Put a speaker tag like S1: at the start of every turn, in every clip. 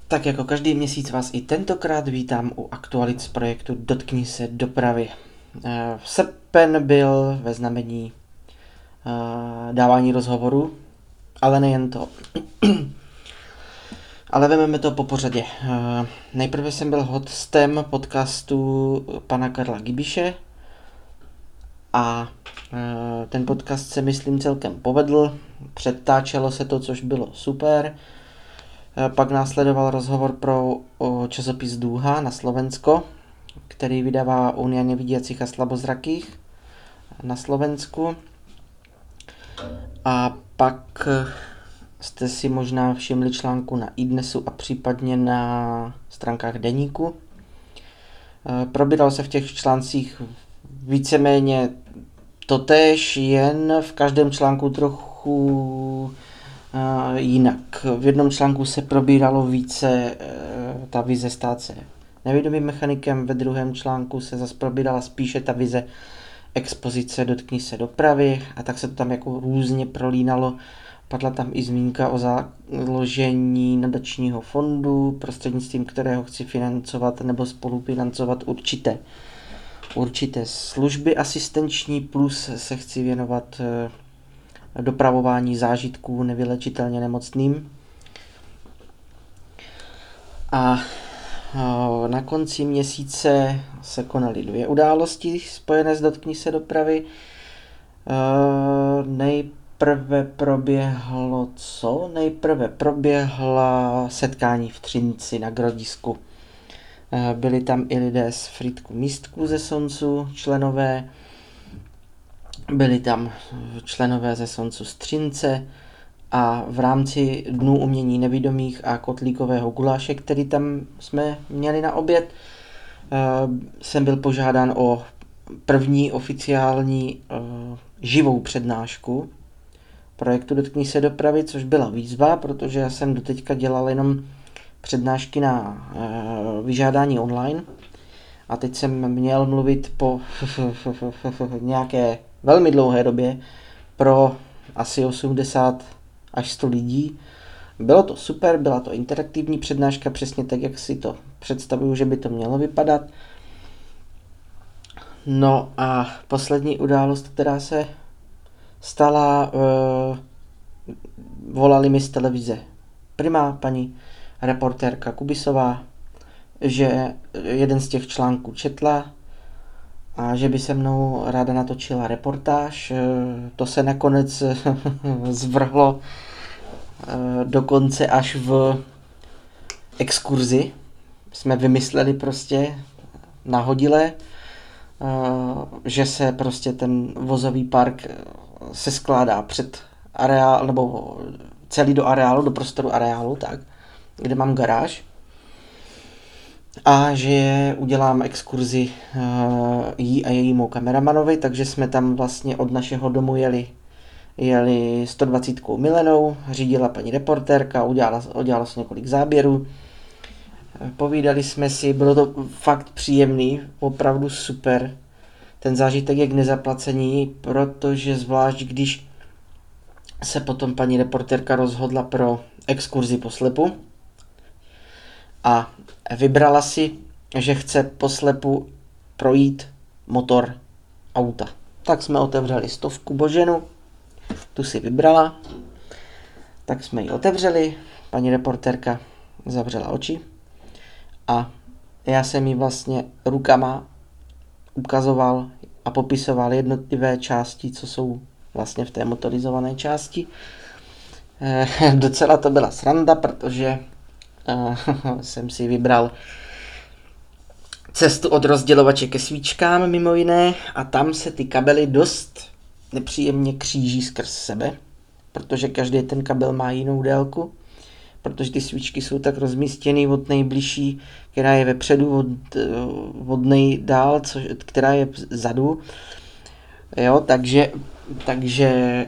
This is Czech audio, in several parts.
S1: Tak jako každý měsíc vás i tentokrát vítám u aktualit z projektu Dotkni se dopravy. Srpen byl ve znamení dávání rozhovorů, ale nejen to. Ale vezmeme to po pořadě. Nejprve jsem byl hostem podcastu pana Karla Gibiše a ten podcast se myslím celkem povedl. Předtáčelo se to, což bylo super. Pak následoval rozhovor pro časopis Dúha na Slovensko, který vydává Unie nevidiacich a slabozrakých na Slovensku. A pak jste si možná všimli článku na iDnesu a případně na stránkách Deníku. Probíral se v těch článcích víceméně totéž, jen v každém článku trochu jinak. V jednom článku se probíralo více ta vize stát se nevědomým mechanikem, ve druhém článku se zase probírala spíše ta vize expozice Dotkni se dopravy a tak se to tam jako různě prolínalo. Padla tam i zmínka o založení nadačního fondu, prostřednictvím kterého chci financovat nebo spolufinancovat určité služby asistenční, plus se chci věnovat dopravování zážitků nevylečitelně nemocným. A na konci měsíce se konaly 2 události spojené s Dotkni se dopravy. Nejprve proběhla setkání v Třinci na Grodisku. Byli tam i lidé z Frýdku Místku ze Soncu, členové. Byli tam členové ze Soncu z Třince a v rámci Dnů umění nevidomých a kotlíkového guláše, který tam jsme měli na oběd, jsem byl požádán o první oficiální živou přednášku projektu Dotkni se dopravy, což byla výzva, protože já jsem doteďka dělal jenom přednášky na vyžádání online a teď jsem měl mluvit po nějaké velmi dlouhé době pro asi 80 až 100 lidí. Bylo to super, byla to interaktivní přednáška, přesně tak, jak si to představuju, že by to mělo vypadat. No a poslední událost, která se stala, volali mi z televize Prima, paní reportérka Kubisová, že jeden z těch článků četla a že by se mnou ráda natočila reportáž. To se nakonec zvrhlo dokonce až v exkurzi. Jsme vymysleli prostě nahodile, že se prostě ten vozový park se skládá před areál, nebo celý do areálu, do prostoru areálu, tak, kde mám garáž. A že udělám exkurzi jí a jejímu kameramanovi, takže jsme tam vlastně od našeho domu jeli 120 milenou, řídila paní reportérka, udělala se několik záběrů, povídali jsme si, bylo to fakt příjemný, opravdu super, ten zážitek je k nezaplacení, protože zvlášť když se potom paní reportérka rozhodla pro exkurzi po slepu a vybrala si, že chce po slepu projít motor auta. Tak jsme otevřeli 100 Boženu, tu si vybrala, tak jsme ji otevřeli, paní reportérka zavřela oči a já jsem jí vlastně rukama ukazoval a popisoval jednotlivé části, co jsou vlastně v té motorizované části. Docela to byla sranda, protože jsem si vybral cestu od rozdělovače ke svíčkám mimo jiné a tam se ty kabely dost nepříjemně kříží skrz sebe, protože každý ten kabel má jinou délku, protože ty svíčky jsou tak rozmístěny od nejbližší, která je vepředu, od nejdál, která je vzadu. Jo, takže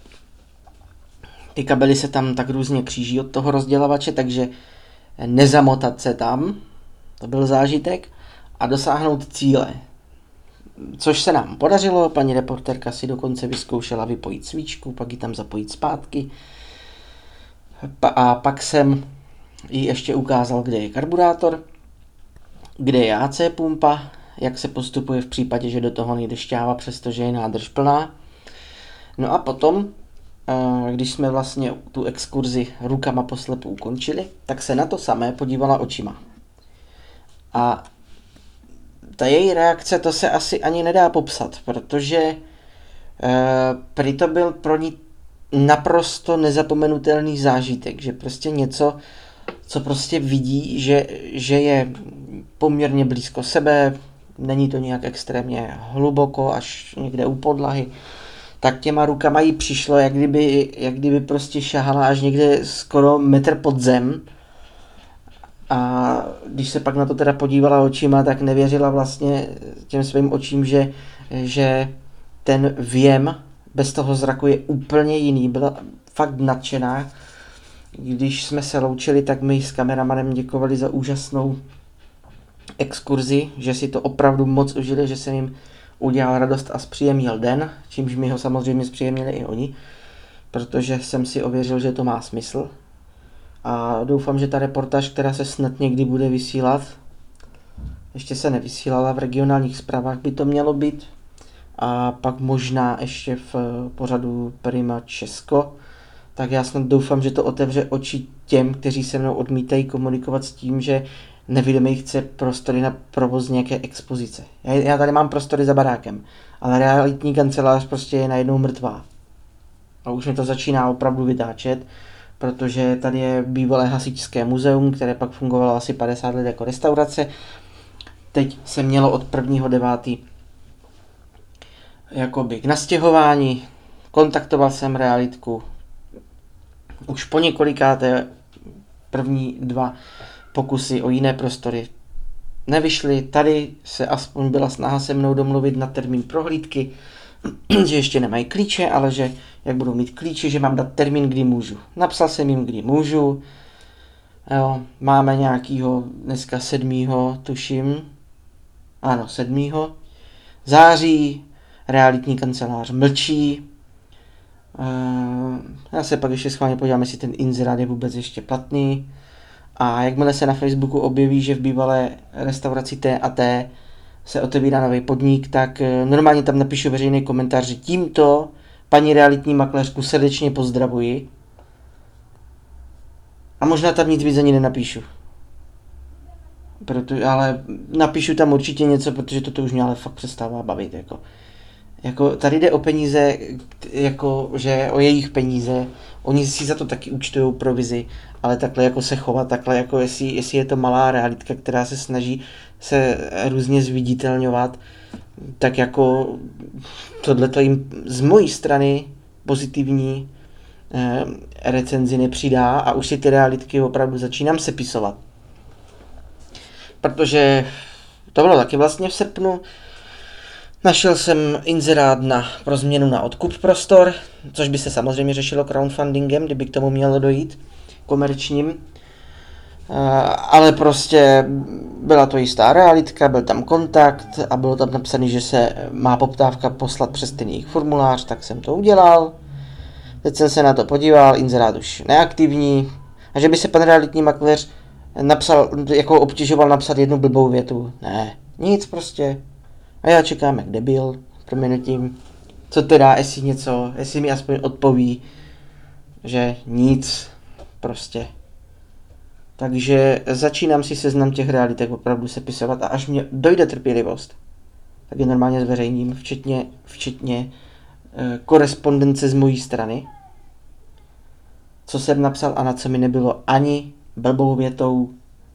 S1: ty kabely se tam tak různě kříží od toho rozdělovače, takže nezamotat se tam, to byl zážitek, a dosáhnout cíle. Což se nám podařilo, paní reportérka si dokonce vyzkoušela vypojit svíčku, pak ji tam zapojit zpátky. A pak jsem jí ještě ukázal, kde je karburátor, kde je AC pumpa, jak se postupuje v případě, že do toho nejde šťáva, přestože je nádrž plná. No a potom, když jsme vlastně tu exkurzi rukama poslepu ukončili, tak se na to samé podívala očima. A ta její reakce, to se asi ani nedá popsat, protože prý to byl pro ní naprosto nezapomenutelný zážitek, že prostě něco, co prostě vidí, že je poměrně blízko sebe, není to nějak extrémně hluboko, až někde u podlahy, tak těma rukama jí přišlo, jak kdyby prostě šahala až někde skoro metr pod zem. A když se pak na to teda podívala očima, tak nevěřila vlastně těm svým očím, že ten věm bez toho zraku je úplně jiný. Byla fakt nadšená. Když jsme se loučili, tak my s kameramanem děkovali za úžasnou exkurzi, že si to opravdu moc užili, že jsem jim udělal radost a zpříjemnil den, čímž mi ho samozřejmě zpříjemnili i oni, protože jsem si ověřil, že to má smysl. A doufám, že ta reportáž, která se snad někdy bude vysílat, ještě se nevysílala, v regionálních zprávách by to mělo být, a pak možná ještě v pořadu Prima Česko, tak já snad doufám, že to otevře oči těm, kteří se mnou odmítají komunikovat s tím, že nevědomý chce prostory na provoz nějaké expozice. Já tady mám prostory za barákem, ale realitní kancelář prostě je najednou mrtvá. A už mi to začíná opravdu vytáčet, protože tady je bývalé hasičské muzeum, které pak fungovalo asi 50 let jako restaurace. Teď se mělo od 1.9. jakoby k nastěhování, kontaktoval jsem realitku. Už po několikáté první 2 pokusy o jiné prostory nevyšly. Tady se aspoň byla snaha se mnou domluvit na termín prohlídky, že ještě nemají klíče, ale že jak budou mít klíče, že mám dát termín, kdy můžu. Napsal jsem jim, kdy můžu. Jo, máme nějakýho dneska 7. tuším. Ano, 7. září. Realitní kancelář mlčí. Já se pak ještě schválně podívám, jestli ten inzerát je vůbec ještě platný. A jakmile se na Facebooku objeví, že v bývalé restauraci T&T se otevírá nový podnik, tak normálně tam napíšu veřejný komentář, že tímto paní realitní makléřku srdečně pozdravuji. A možná tam nic víc ani nenapíšu. Ale napíšu tam určitě něco, protože toto už mě ale fakt přestává bavit. Jako tady jde o peníze, jako že o jejich peníze, oni si za to taky účtujou provizi, ale takhle jako se chovat, takhle jako jestli je to malá realitka, která se snaží se různě zviditelňovat, tak jako tohleto jim z mojí strany pozitivní recenzi nepřidá a už si ty realitky opravdu začínám sepisovat. Protože to bylo taky vlastně v srpnu. Našel jsem inzerát pro změnu na odkup prostor, což by se samozřejmě řešilo crowdfundingem, kdyby k tomu mělo dojít, komerčním. Ale prostě byla to jistá realitka, byl tam kontakt a bylo tam napsané, že se má poptávka poslat přes ten jejich formulář, tak jsem to udělal. Teď jsem se na to podíval, inzerát už neaktivní. A že by se pan realitní makléř obtěžoval napsat jednu blbou větu. Ne, nic prostě. A já čekám jak debil, proměnutím, co teda, jestli mi aspoň odpoví, že nic, prostě. Takže začínám si seznam těch realitek opravdu sepisovat a až mě dojde trpělivost, tak je normálně zveřejním, včetně korespondence z mojí strany, co jsem napsal a na co mi nebylo ani blbou větou.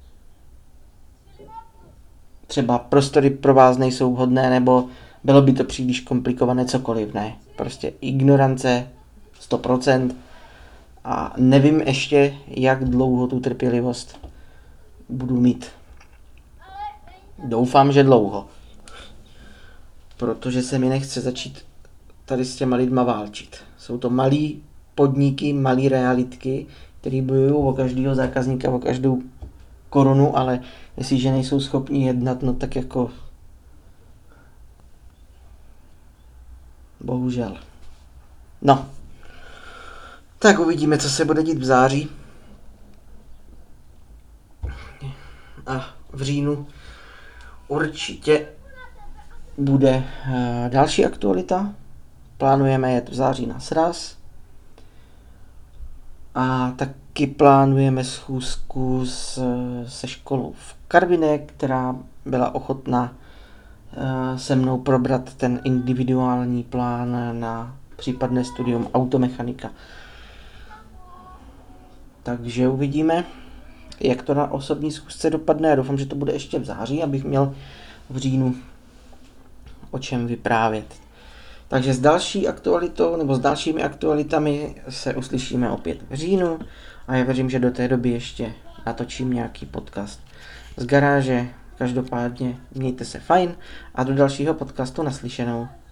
S1: Třeba prostory pro vás nejsou vhodné, nebo bylo by to příliš komplikované, cokoliv, ne. Prostě ignorance 100% a nevím ještě, jak dlouho tu trpělivost budu mít. Doufám, že dlouho. Protože se mi nechce začít tady s těma lidma válčit. Jsou to malí podniky, malí realitky, který bojují o každého zákazníka, o každou korunu, ale jestliže nejsou schopni jednat, no tak jako bohužel. No. Tak uvidíme, co se bude dít v září. A v říjnu určitě bude další aktualita. Plánujeme jet v září na sraz. A taky plánujeme schůzku se školou v Karviné, která byla ochotná se mnou probrat ten individuální plán na případné studium automechanika. Takže uvidíme, jak to na osobní schůzce dopadne. Já doufám, že to bude ještě v září, abych měl v říjnu o čem vyprávět. Takže s další aktualitou nebo s dalšími aktualitami se uslyšíme opět v říjnu a já věřím, že do té doby ještě natočím nějaký podcast z garáže. Každopádně mějte se fajn a do dalšího podcastu naslyšenou.